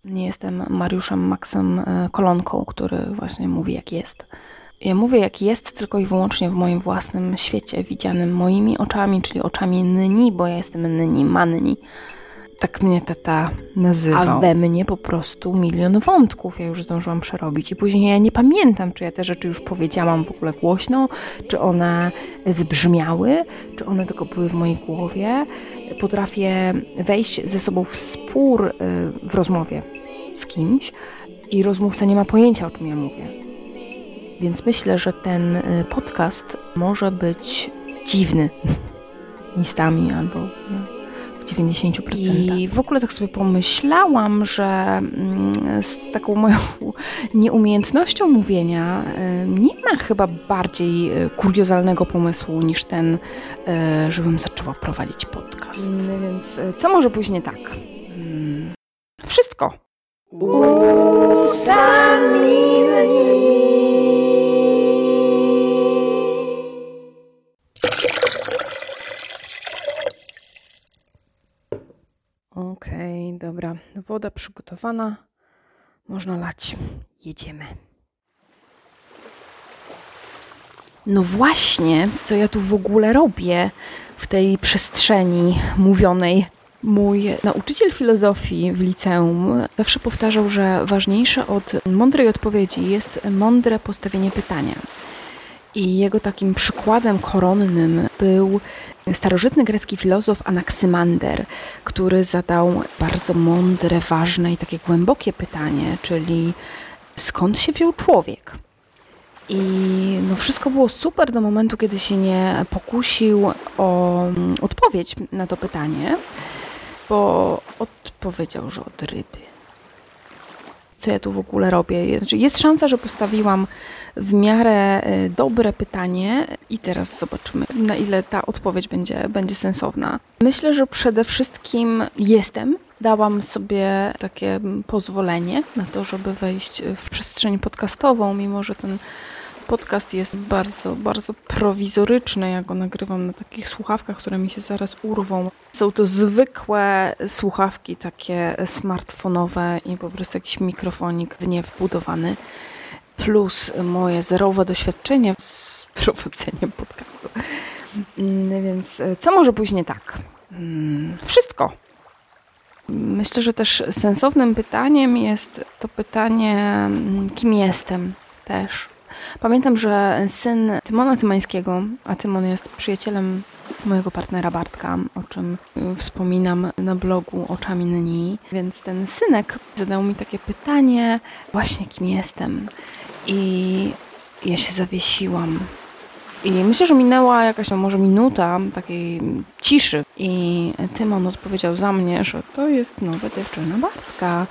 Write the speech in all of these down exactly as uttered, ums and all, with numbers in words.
Nie jestem Mariuszem Maxem Kolonką, który właśnie mówi jak jest. Ja mówię jak jest tylko i wyłącznie w moim własnym świecie, widzianym moimi oczami, czyli oczami Nyni, bo ja jestem Nyni, Manni. Tak mnie tata nazywał. A we mnie po prostu milion wątków ja już zdążyłam przerobić. I później ja nie pamiętam, czy ja te rzeczy już powiedziałam w ogóle głośno, czy one wybrzmiały, czy one tylko były w mojej głowie. Potrafię wejść ze sobą w spór w rozmowie z kimś i rozmówca nie ma pojęcia, o czym ja mówię. Więc myślę, że ten podcast może być dziwny miejscami albo w dziewięćdziesięciu procentach. I w ogóle tak sobie pomyślałam, że z taką moją nieumiejętnością mówienia nie ma chyba bardziej kuriozalnego pomysłu niż ten, żebym zaczęła prowadzić podcast. Więc co może pójść nie tak? Wszystko. Okej, okay, dobra. Woda przygotowana. Można lać. Jedziemy. No właśnie, co ja tu w ogóle robię w tej przestrzeni mówionej. Mój nauczyciel filozofii w liceum zawsze powtarzał, że ważniejsze od mądrej odpowiedzi jest mądre postawienie pytania. I jego takim przykładem koronnym był starożytny grecki filozof Anaksymander, który zadał bardzo mądre, ważne i takie głębokie pytanie, czyli skąd się wziął człowiek? I no wszystko było super do momentu, kiedy się nie pokusił o odpowiedź na to pytanie, bo odpowiedział, że od ryby. Co ja tu w ogóle robię? Jest szansa, że postawiłam w miarę dobre pytanie i teraz zobaczymy, na ile ta odpowiedź będzie, będzie sensowna. Myślę, że przede wszystkim jestem. Dałam sobie takie pozwolenie na to, żeby wejść w przestrzeń podcastową, mimo że ten podcast jest bardzo, bardzo prowizoryczny. Ja go nagrywam na takich słuchawkach, które mi się zaraz urwą. Są to zwykłe słuchawki, takie smartfonowe i po prostu jakiś mikrofonik w nie wbudowany. Plus moje zerowe doświadczenie z prowadzeniem podcastu. Więc co może pójść nie tak? Wszystko. Myślę, że też sensownym pytaniem jest to pytanie, kim jestem też. Pamiętam, że syn Tymona Tymańskiego, a Tymon jest przyjacielem mojego partnera Bartka, o czym wspominam na blogu Oczami Nyni, więc ten synek zadał mi takie pytanie, właśnie kim jestem. I ja się zawiesiłam. I myślę, że minęła jakaś no, może minuta takiej ciszy. I Tymon odpowiedział za mnie, że to jest nowa dziewczyna Bartka.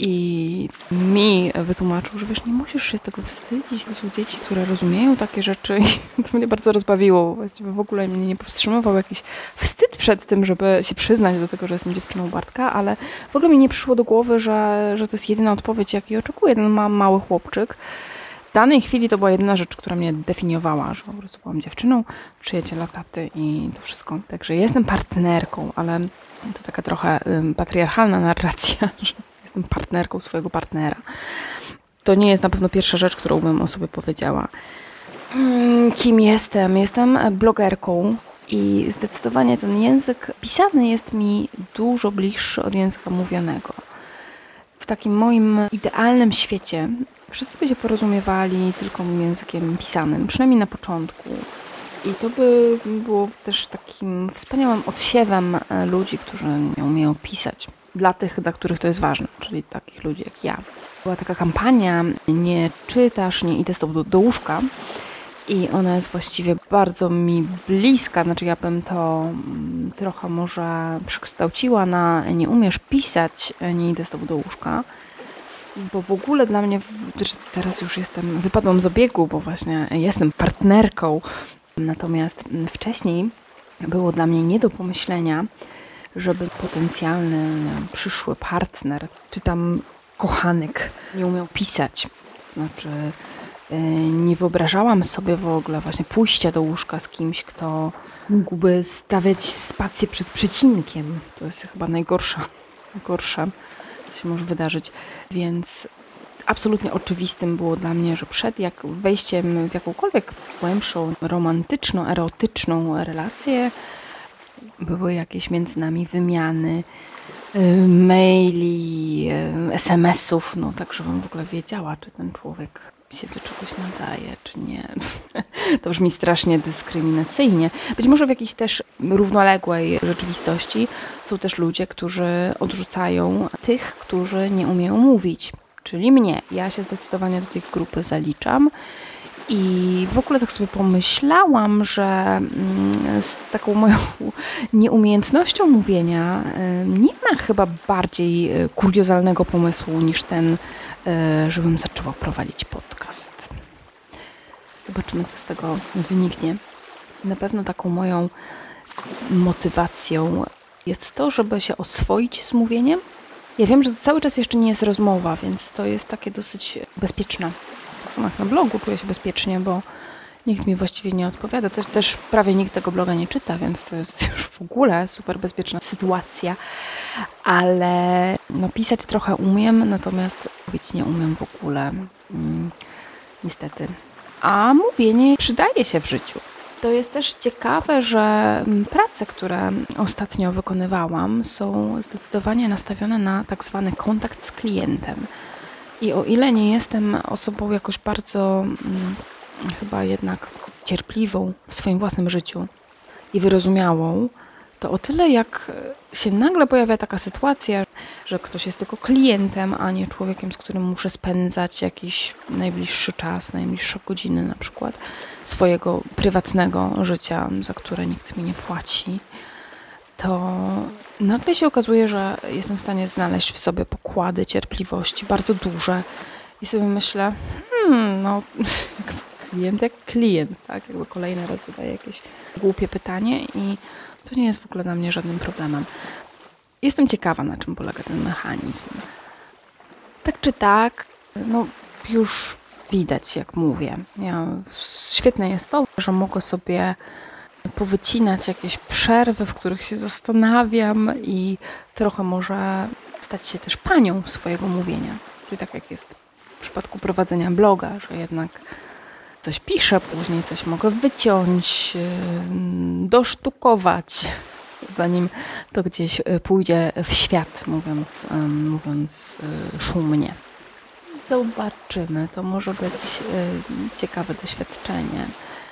I mi wytłumaczył, że wiesz, nie musisz się tego wstydzić. To są dzieci, które rozumieją takie rzeczy. I to mnie bardzo rozbawiło. Właściwie w ogóle mnie nie powstrzymywał jakiś wstyd przed tym, żeby się przyznać do tego, że jestem dziewczyną Bartka, ale w ogóle mi nie przyszło do głowy, że, że to jest jedyna odpowiedź, jakiej oczekuję. Ten ma mały chłopczyk. W danej chwili to była jedyna rzecz, która mnie definiowała, że po prostu byłam dziewczyną, przyjaciela taty i to wszystko. Także jestem partnerką, ale to taka trochę um, patriarchalna narracja, że jestem partnerką swojego partnera. To nie jest na pewno pierwsza rzecz, którą bym o sobie powiedziała. Hmm, kim jestem? Jestem blogerką i zdecydowanie ten język pisany jest mi dużo bliższy od języka mówionego. W takim moim idealnym świecie wszyscy by się porozumiewali tylko językiem pisanym, przynajmniej na początku. I to by było też takim wspaniałym odsiewem ludzi, którzy nie umieją pisać. Dla tych, dla których to jest ważne, czyli takich ludzi jak ja. Była taka kampania Nie czytasz, nie idę z tobą do, do łóżka. I ona jest właściwie bardzo mi bliska, znaczy ja bym to trochę może przekształciła na nie umiesz pisać, nie idę z tobą do łóżka. Bo w ogóle dla mnie, teraz już jestem, wypadłam z obiegu, bo właśnie jestem partnerką. Natomiast wcześniej było dla mnie nie do pomyślenia, żeby potencjalny przyszły partner, czy tam kochanek nie umiał pisać. Znaczy nie wyobrażałam sobie w ogóle właśnie pójścia do łóżka z kimś, kto mógłby stawiać spację przed przecinkiem. To jest chyba najgorsza, najgorsza to się może wydarzyć, więc absolutnie oczywistym było dla mnie, że przed jak wejściem w jakąkolwiek głębszą, romantyczną, erotyczną relację były jakieś między nami wymiany y, maili, y, es em esów, no tak, żebym w ogóle wiedziała, czy ten człowiek się do czegoś nadaje, czy nie. To brzmi strasznie dyskryminacyjnie. Być może w jakiejś też równoległej rzeczywistości są też ludzie, którzy odrzucają tych, którzy nie umieją mówić, czyli mnie. Ja się zdecydowanie do tej grupy zaliczam. I w ogóle tak sobie pomyślałam, że z taką moją nieumiejętnością mówienia nie ma chyba bardziej kuriozalnego pomysłu niż ten, żebym zaczęła prowadzić podcast. Zobaczymy, co z tego wyniknie. Na pewno taką moją motywacją jest to, żeby się oswoić z mówieniem. Ja wiem, że to cały czas jeszcze nie jest rozmowa, więc to jest takie dosyć bezpieczne. Tak samo jak na blogu czuję się bezpiecznie, bo nikt mi właściwie nie odpowiada. Też, też prawie nikt tego bloga nie czyta, więc to jest już w ogóle super bezpieczna sytuacja. Ale no, pisać trochę umiem, natomiast mówić nie umiem w ogóle. Hmm, niestety. A mówienie przydaje się w życiu. To jest też ciekawe, że prace, które ostatnio wykonywałam, są zdecydowanie nastawione na tak zwany kontakt z klientem. I o ile nie jestem osobą jakoś bardzo hmm, chyba jednak cierpliwą w swoim własnym życiu i wyrozumiałą, to o tyle jak się nagle pojawia taka sytuacja, że ktoś jest tylko klientem, a nie człowiekiem, z którym muszę spędzać jakiś najbliższy czas, najbliższe godziny na przykład swojego prywatnego życia, za które nikt mi nie płaci, to nagle się okazuje, że jestem w stanie znaleźć w sobie pokłady cierpliwości bardzo duże i sobie myślę, hmm, no klient jak klient, tak? Jakby kolejny raz zadaję jakieś głupie pytanie i to nie jest w ogóle dla mnie żadnym problemem. Jestem ciekawa, na czym polega ten mechanizm. Tak czy tak, no już widać, jak mówię. Ja, świetne jest to, że mogę sobie powycinać jakieś przerwy, w których się zastanawiam i trochę może stać się też panią swojego mówienia. Czyli tak jak jest w przypadku prowadzenia bloga, że jednak coś piszę, później coś mogę wyciąć, dosztukować, zanim to gdzieś pójdzie w świat, mówiąc, mówiąc szumnie. Zobaczymy, to może być ciekawe doświadczenie.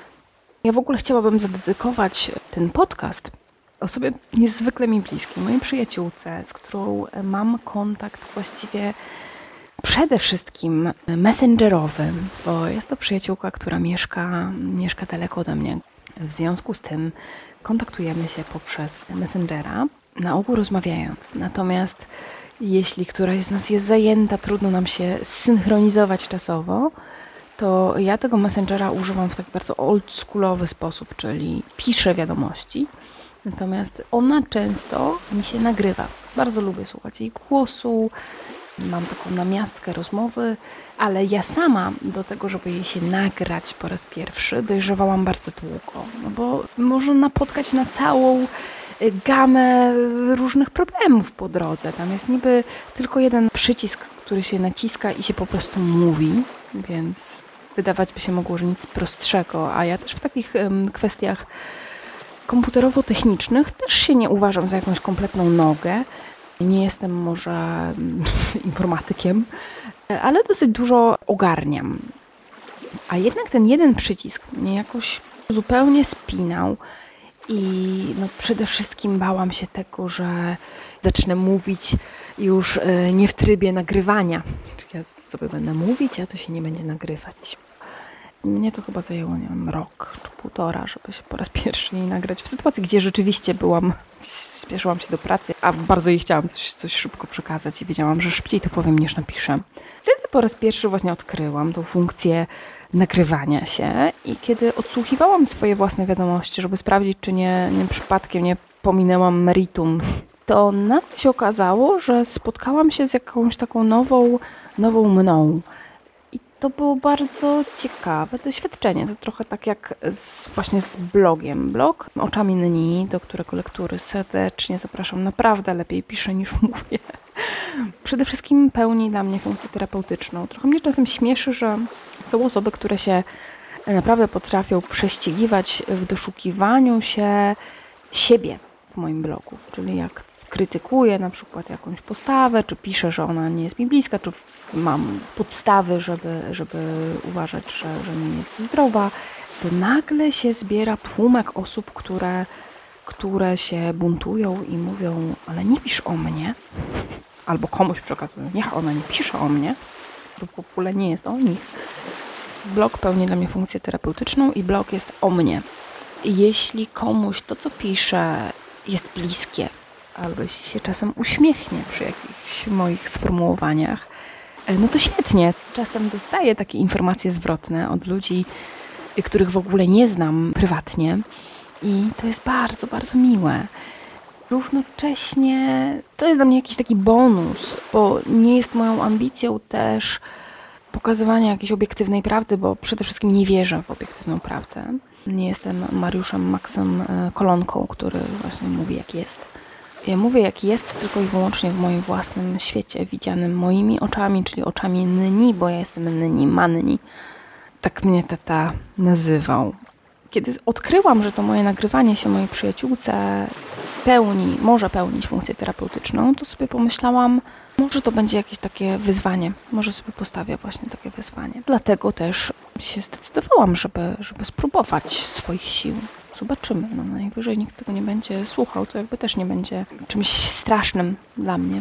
Ja w ogóle chciałabym zadedykować ten podcast osobie niezwykle mi bliskiej, mojej przyjaciółce, z którą mam kontakt właściwie przede wszystkim messengerowy, bo jest to przyjaciółka, która mieszka, mieszka daleko ode mnie. W związku z tym kontaktujemy się poprzez Messengera, na ogół rozmawiając. Natomiast jeśli któraś z nas jest zajęta, trudno nam się zsynchronizować czasowo, to ja tego Messengera używam w tak bardzo oldschoolowy sposób, czyli piszę wiadomości. Natomiast ona często mi się nagrywa. Bardzo lubię słuchać jej głosu. Mam taką namiastkę rozmowy, ale ja sama do tego, żeby jej się nagrać po raz pierwszy, dojrzewałam bardzo długo. No bo można napotkać na całą gamę różnych problemów po drodze. Tam jest niby tylko jeden przycisk, który się naciska i się po prostu mówi, więc wydawać by się mogło, że nic prostszego. A ja też w takich um, kwestiach komputerowo-technicznych też się nie uważam za jakąś kompletną nogę. Nie jestem może informatykiem, ale dosyć dużo ogarniam. A jednak ten jeden przycisk mnie jakoś zupełnie spinał i no przede wszystkim bałam się tego, że zacznę mówić już nie w trybie nagrywania. Czyli ja sobie będę mówić, a to się nie będzie nagrywać. Mnie to chyba zajęło, nie wiem, rok czy półtora, żeby się po raz pierwszy jej nagrać. W sytuacji, gdzie rzeczywiście byłam, spieszyłam się do pracy, a bardzo jej chciałam coś, coś szybko przekazać i wiedziałam, że szybciej to powiem niż napiszę. Wtedy po raz pierwszy właśnie odkryłam tą funkcję nagrywania się i kiedy odsłuchiwałam swoje własne wiadomości, żeby sprawdzić, czy nie, nie przypadkiem nie pominęłam meritum, to nagle się okazało, że spotkałam się z jakąś taką nową, nową mną. To było bardzo ciekawe doświadczenie. To trochę tak jak z, właśnie z blogiem. Blog Oczami Nni, do którego lektury serdecznie zapraszam. Naprawdę lepiej piszę niż mówię. przede wszystkim pełni dla mnie funkcję terapeutyczną. Trochę mnie czasem śmieszy, że są osoby, które się naprawdę potrafią prześcigiwać w doszukiwaniu się siebie w moim blogu. Czyli jak krytykuję na przykład jakąś postawę, czy piszę, że ona nie jest mi bliska, czy mam podstawy, żeby, żeby uważać, że, że nie jest zdrowa, to nagle się zbiera tłumek osób, które, które się buntują i mówią, ale nie pisz o mnie, albo komuś przekazują, niech ona nie pisze o mnie, to w ogóle nie jest o nich. Blog pełni dla mnie funkcję terapeutyczną i blog jest o mnie. Jeśli komuś to, co piszę, jest bliskie, albo jeśli się czasem uśmiechnie przy jakichś moich sformułowaniach, no to świetnie. Czasem dostaję takie informacje zwrotne od ludzi, których w ogóle nie znam prywatnie i to jest bardzo, bardzo miłe. Równocześnie to jest dla mnie jakiś taki bonus, bo nie jest moją ambicją też pokazywania jakiejś obiektywnej prawdy, bo przede wszystkim nie wierzę w obiektywną prawdę. Nie jestem Mariuszem Maxem Kolonką, który właśnie mówi jak jest. Ja mówię jak jest tylko i wyłącznie w moim własnym świecie, widzianym moimi oczami, czyli oczami Nyni, bo ja jestem Nyni, Manni. Tak mnie tata nazywał. Kiedy odkryłam, że to moje nagrywanie się mojej przyjaciółce pełni, może pełnić funkcję terapeutyczną, to sobie pomyślałam, może to będzie jakieś takie wyzwanie, może sobie postawię właśnie takie wyzwanie. Dlatego też się zdecydowałam, żeby, żeby spróbować swoich sił. Zobaczymy, no najwyżej nikt tego nie będzie słuchał, to jakby też nie będzie czymś strasznym dla mnie.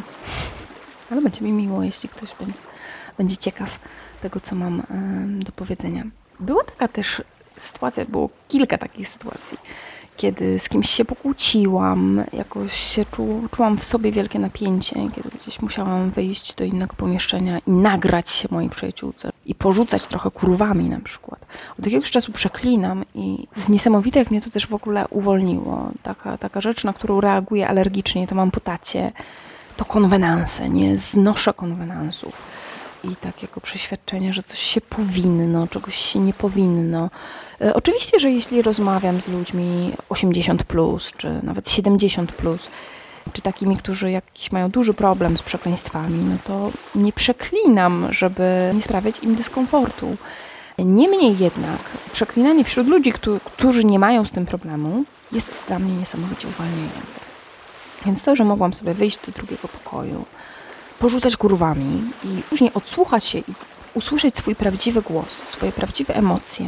Ale będzie mi miło, jeśli ktoś będzie, będzie ciekaw tego, co mam ym, do powiedzenia. Była taka też sytuacja, było kilka takich sytuacji, kiedy z kimś się pokłóciłam, jakoś się czu, czułam w sobie wielkie napięcie, kiedy gdzieś musiałam wyjść do innego pomieszczenia i nagrać się mojej przyjaciółce i porzucać trochę kurwami na przykład. Od jakiegoś czasu przeklinam i jest niesamowite, jak mnie to też w ogóle uwolniło. Taka, taka rzecz, na którą reaguję alergicznie, to mam po tacie, to konwenanse, nie znoszę konwenansów. I takiego przeświadczenia, że coś się powinno, czegoś się nie powinno. E, oczywiście, że jeśli rozmawiam z ludźmi osiemdziesiąt plus, czy nawet siedemdziesiąt plus, czy takimi, którzy jakiś mają duży problem z przekleństwami, no to nie przeklinam, żeby nie sprawiać im dyskomfortu. Niemniej jednak przeklinanie wśród ludzi, którzy nie mają z tym problemu, jest dla mnie niesamowicie uwalniające. Więc to, że mogłam sobie wyjść do drugiego pokoju, porzucać kurwami i później odsłuchać się i usłyszeć swój prawdziwy głos, swoje prawdziwe emocje,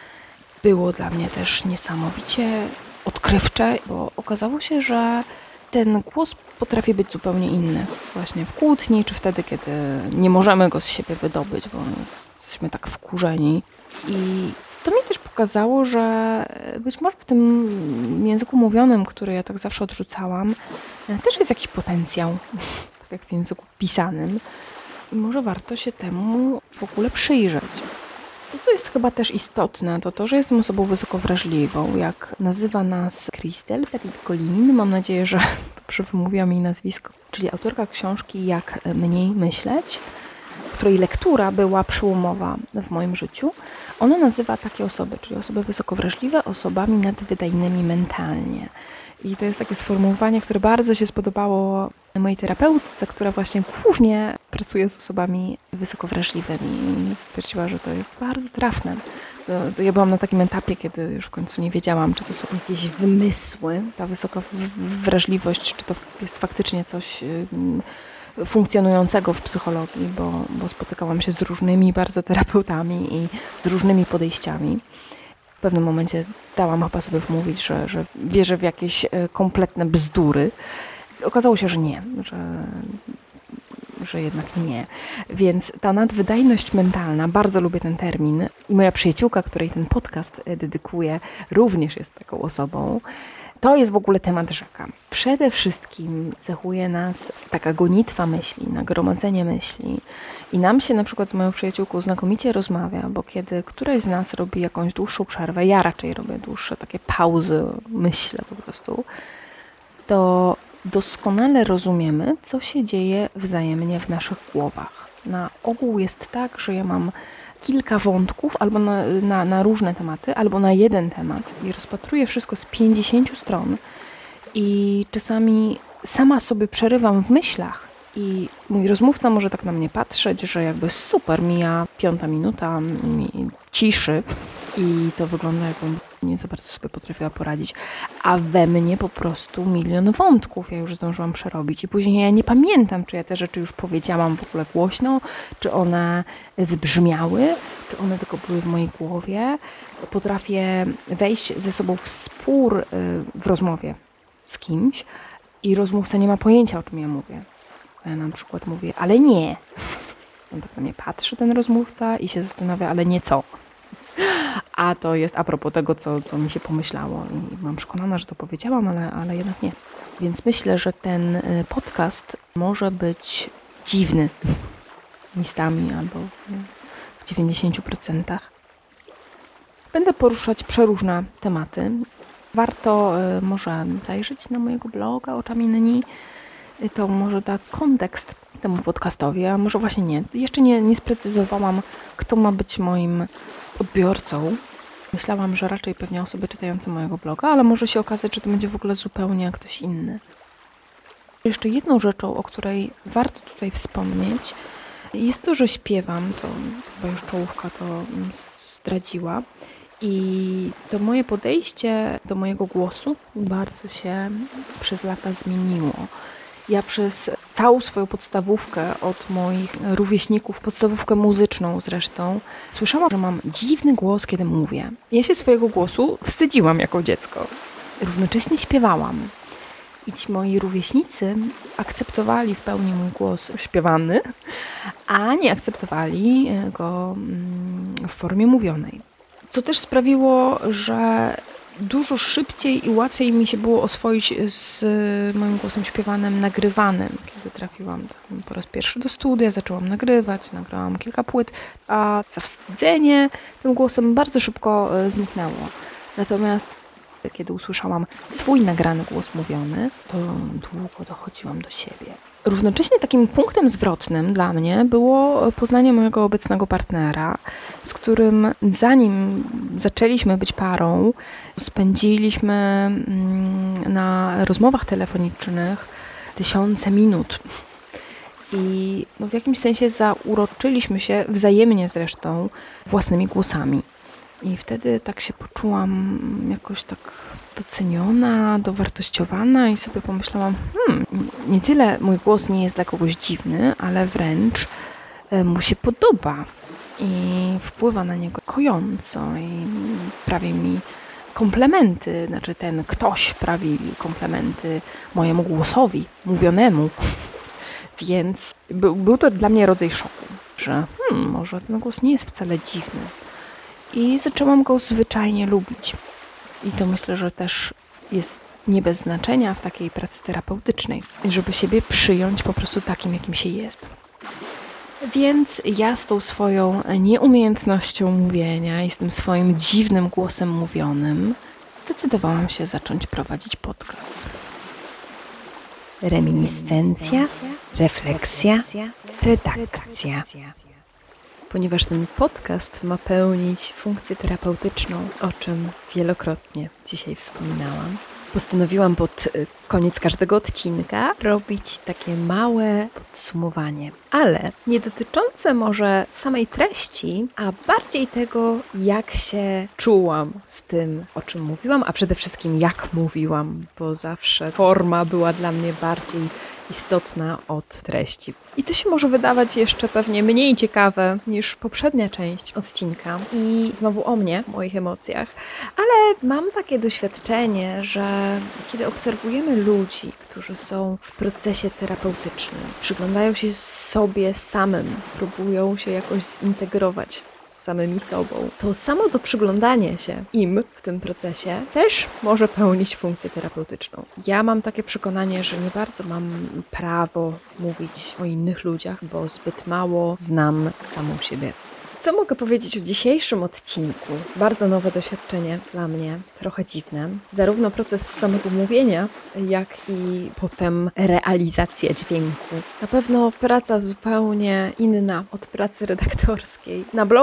było dla mnie też niesamowicie odkrywcze, bo okazało się, że ten głos potrafi być zupełnie inny. Właśnie w kłótni, czy wtedy, kiedy nie możemy go z siebie wydobyć, bo jesteśmy tak wkurzeni. I to mi też pokazało, że być może w tym języku mówionym, który ja tak zawsze odrzucałam, też jest jakiś potencjał. Jak w języku pisanym i może warto się temu w ogóle przyjrzeć. To, co jest chyba też istotne, to to, że jestem osobą wysoko wrażliwą, jak nazywa nas Christelle Petit-Collin, mam nadzieję, że dobrze wymówiłam jej nazwisko, czyli autorka książki Jak mniej myśleć, której lektura była przełomowa w moim życiu. Ona nazywa takie osoby, czyli osoby wysoko wrażliwe, osobami nadwydajnymi mentalnie. I to jest takie sformułowanie, które bardzo się spodobało mojej terapeutce, która właśnie głównie pracuje z osobami wysoko wrażliwymi i stwierdziła, że to jest bardzo trafne. To, to ja byłam na takim etapie, kiedy już w końcu nie wiedziałam, czy to są jakieś wymysły, ta wysoka wrażliwość, czy to jest faktycznie coś funkcjonującego w psychologii, bo, bo spotykałam się z różnymi bardzo terapeutami i z różnymi podejściami. W pewnym momencie dałam chyba sobie wmówić, że, że wierzę w jakieś kompletne bzdury. Okazało się, że nie, że, że jednak nie. Więc ta nadwydajność mentalna, bardzo lubię ten termin i moja przyjaciółka, której ten podcast dedykuję, również jest taką osobą. To jest w ogóle temat rzeka. Przede wszystkim cechuje nas taka gonitwa myśli, nagromadzenie myśli. I nam się na przykład z moją przyjaciółką znakomicie rozmawia, bo kiedy któraś z nas robi jakąś dłuższą przerwę, ja raczej robię dłuższe takie pauzy, myślę po prostu, to doskonale rozumiemy, co się dzieje wzajemnie w naszych głowach. Na ogół jest tak, że ja mam kilka wątków albo na, na, na różne tematy, albo na jeden temat i rozpatruję wszystko z pięćdziesięciu stron i czasami sama sobie przerywam w myślach I mój rozmówca może tak na mnie patrzeć, że jakby super, mija piąta minuta mi ciszy i to wygląda, jakbym nie za bardzo sobie potrafiła poradzić. A we mnie po prostu milion wątków ja już zdążyłam przerobić. I później ja nie pamiętam, czy ja te rzeczy już powiedziałam w ogóle głośno, czy one wybrzmiały, czy one tylko były w mojej głowie. Potrafię wejść ze sobą w spór w rozmowie z kimś i rozmówca nie ma pojęcia, o czym ja mówię. Ja na przykład mówię, ale nie. On tak na mnie patrzy, ten rozmówca, i się zastanawia, ale nie co. A to jest a propos tego, co, co mi się pomyślało. I mam przekonana, że to powiedziałam, ale, ale jednak nie. Więc myślę, że ten podcast może być dziwny miejscami albo w dziewięćdziesięciu procentach. Będę poruszać przeróżne tematy. Warto może zajrzeć na mojego bloga Oczami Neni. To może da kontekst temu podcastowi, a może właśnie nie. Jeszcze nie, nie sprecyzowałam, kto ma być moim odbiorcą. Myślałam, że raczej pewnie osoby czytające mojego bloga, ale może się okazać, że to będzie w ogóle zupełnie ktoś inny. Jeszcze jedną rzeczą, o której warto tutaj wspomnieć, jest to, że śpiewam, to chyba już czołówka to zdradziła. I to moje podejście do mojego głosu bardzo się przez lata zmieniło. Ja przez całą swoją podstawówkę od moich rówieśników, podstawówkę muzyczną zresztą, słyszałam, że mam dziwny głos, kiedy mówię. Ja się swojego głosu wstydziłam jako dziecko. Równocześnie śpiewałam. I ci moi rówieśnicy akceptowali w pełni mój głos śpiewany, a nie akceptowali go w formie mówionej. Co też sprawiło, że dużo szybciej i łatwiej mi się było oswoić z moim głosem śpiewanym, nagrywanym. Kiedy trafiłam tam po raz pierwszy do studia, zaczęłam nagrywać, nagrałam kilka płyt, a zawstydzenie tym głosem bardzo szybko zniknęło. Natomiast kiedy usłyszałam swój nagrany głos mówiony, to długo dochodziłam do siebie. Równocześnie takim punktem zwrotnym dla mnie było poznanie mojego obecnego partnera, z którym zanim zaczęliśmy być parą, spędziliśmy na rozmowach telefonicznych tysiące minut. I no w jakimś sensie zauroczyliśmy się wzajemnie zresztą własnymi głosami. I wtedy tak się poczułam jakoś tak doceniona, dowartościowana i sobie pomyślałam, hmm, nie tyle mój głos nie jest dla kogoś dziwny, ale wręcz mu się podoba i wpływa na niego kojąco i prawi mi komplementy, znaczy ten ktoś prawi komplementy mojemu głosowi, mówionemu. Więc był, był to dla mnie rodzaj szoku, że hmm, może ten głos nie jest wcale dziwny. I zaczęłam go zwyczajnie lubić. I to myślę, że też jest nie bez znaczenia w takiej pracy terapeutycznej, żeby siebie przyjąć po prostu takim, jakim się jest. Więc ja z tą swoją nieumiejętnością mówienia i z tym swoim dziwnym głosem mówionym zdecydowałam się zacząć prowadzić podcast. Reminiscencja, refleksja, redakcja. Ponieważ ten podcast ma pełnić funkcję terapeutyczną, o czym wielokrotnie dzisiaj wspominałam, postanowiłam pod koniec każdego odcinka robić takie małe podsumowanie, ale nie dotyczące może samej treści, a bardziej tego, jak się czułam z tym, o czym mówiłam, a przede wszystkim jak mówiłam, bo zawsze forma była dla mnie bardziej istotna od treści. I to się może wydawać jeszcze pewnie mniej ciekawe niż poprzednia część odcinka i znowu o mnie, moich emocjach, ale mam takie doświadczenie, że kiedy obserwujemy ludzi, którzy są w procesie terapeutycznym, przyglądają się sobie samym, próbują się jakoś zintegrować z samymi sobą, to samo to przyglądanie się im w tym procesie też może pełnić funkcję terapeutyczną. Ja mam takie przekonanie, że nie bardzo mam prawo mówić o innych ludziach, bo zbyt mało znam samą siebie. Co mogę powiedzieć o dzisiejszym odcinku? Bardzo nowe doświadczenie dla mnie, trochę dziwne. Zarówno proces samego mówienia, jak i potem realizacja dźwięku. Na pewno praca zupełnie inna od pracy redaktorskiej. Na blogu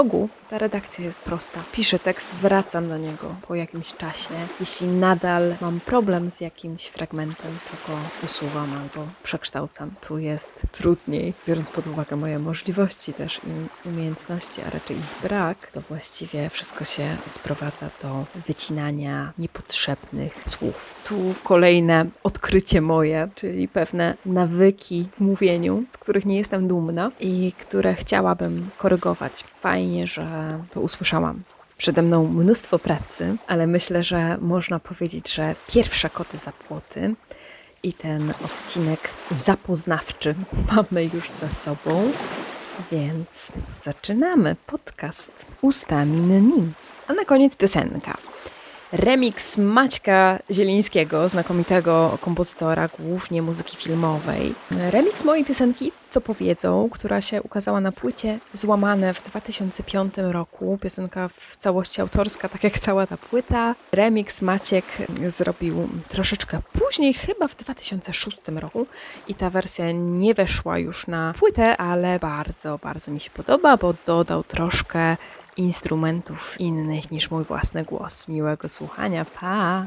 Ta redakcja jest prosta. Piszę tekst, wracam do niego po jakimś czasie. Jeśli nadal mam problem z jakimś fragmentem, to go usuwam albo przekształcam. Tu jest trudniej, biorąc pod uwagę moje możliwości też i umiejętności, a raczej ich brak, to właściwie wszystko się sprowadza do wycinania niepotrzebnych słów. Tu kolejne odkrycie moje, czyli pewne nawyki w mówieniu, z których nie jestem dumna i które chciałabym korygować. Fajnie, że to usłyszałam. Przede mną mnóstwo pracy, ale myślę, że można powiedzieć, że pierwsze koty za płoty i ten odcinek zapoznawczy mamy już za sobą, więc zaczynamy podcast Ustami Nni. A na koniec piosenka. Remix Maćka Zielińskiego, znakomitego kompozytora, głównie muzyki filmowej. Remix mojej piosenki Co powiedzą, która się ukazała na płycie Złamane w dwa tysiące piątym roku. Piosenka w całości autorska, tak jak cała ta płyta. Remix Maciek zrobił troszeczkę później, chyba w dwa tysiące szóstym roku i ta wersja nie weszła już na płytę, ale bardzo, bardzo mi się podoba, bo dodał troszkę instrumentów innych niż mój własny głos. Miłego słuchania, pa!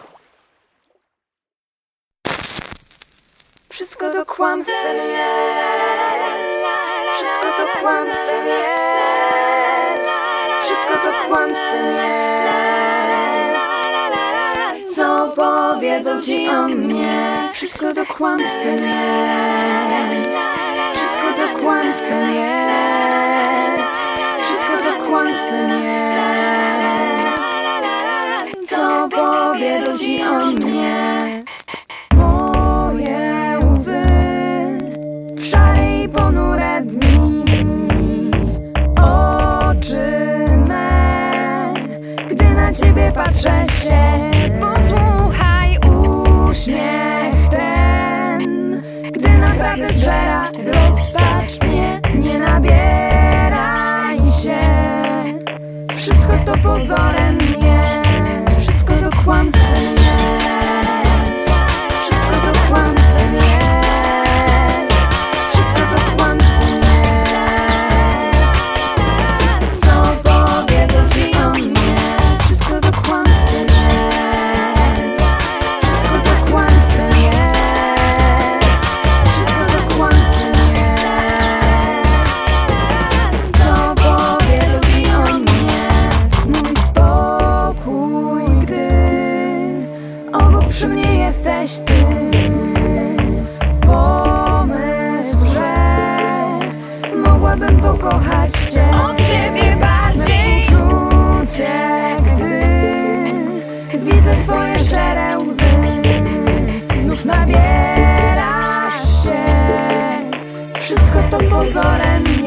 Wszystko to kłamstwem jest, wszystko to kłamstwem jest, wszystko to kłamstwem jest. Co powiedzą ci o mnie? Wszystko to kłamstwem jest, wszystko to kłamstwem jest, wszystko to kłamstwem jest. Co powiedzą ci o mnie? Ponure dni, oczy me, gdy na ciebie patrzę się. Posłuchaj, uśmiech ten, gdy naprawdę zżera rozpacz mnie. Nie nabieraj się, wszystko to pozorem jest, wszystko to kłamstwem jest, wszystko to kłamstwem jest. Przy mnie jesteś ty, pomysł, że mogłabym pokochać cię. Od ciebie bardziej. Me współczucie, gdy widzę twoje szczere łzy. Znów nabierasz się, wszystko to pozorem.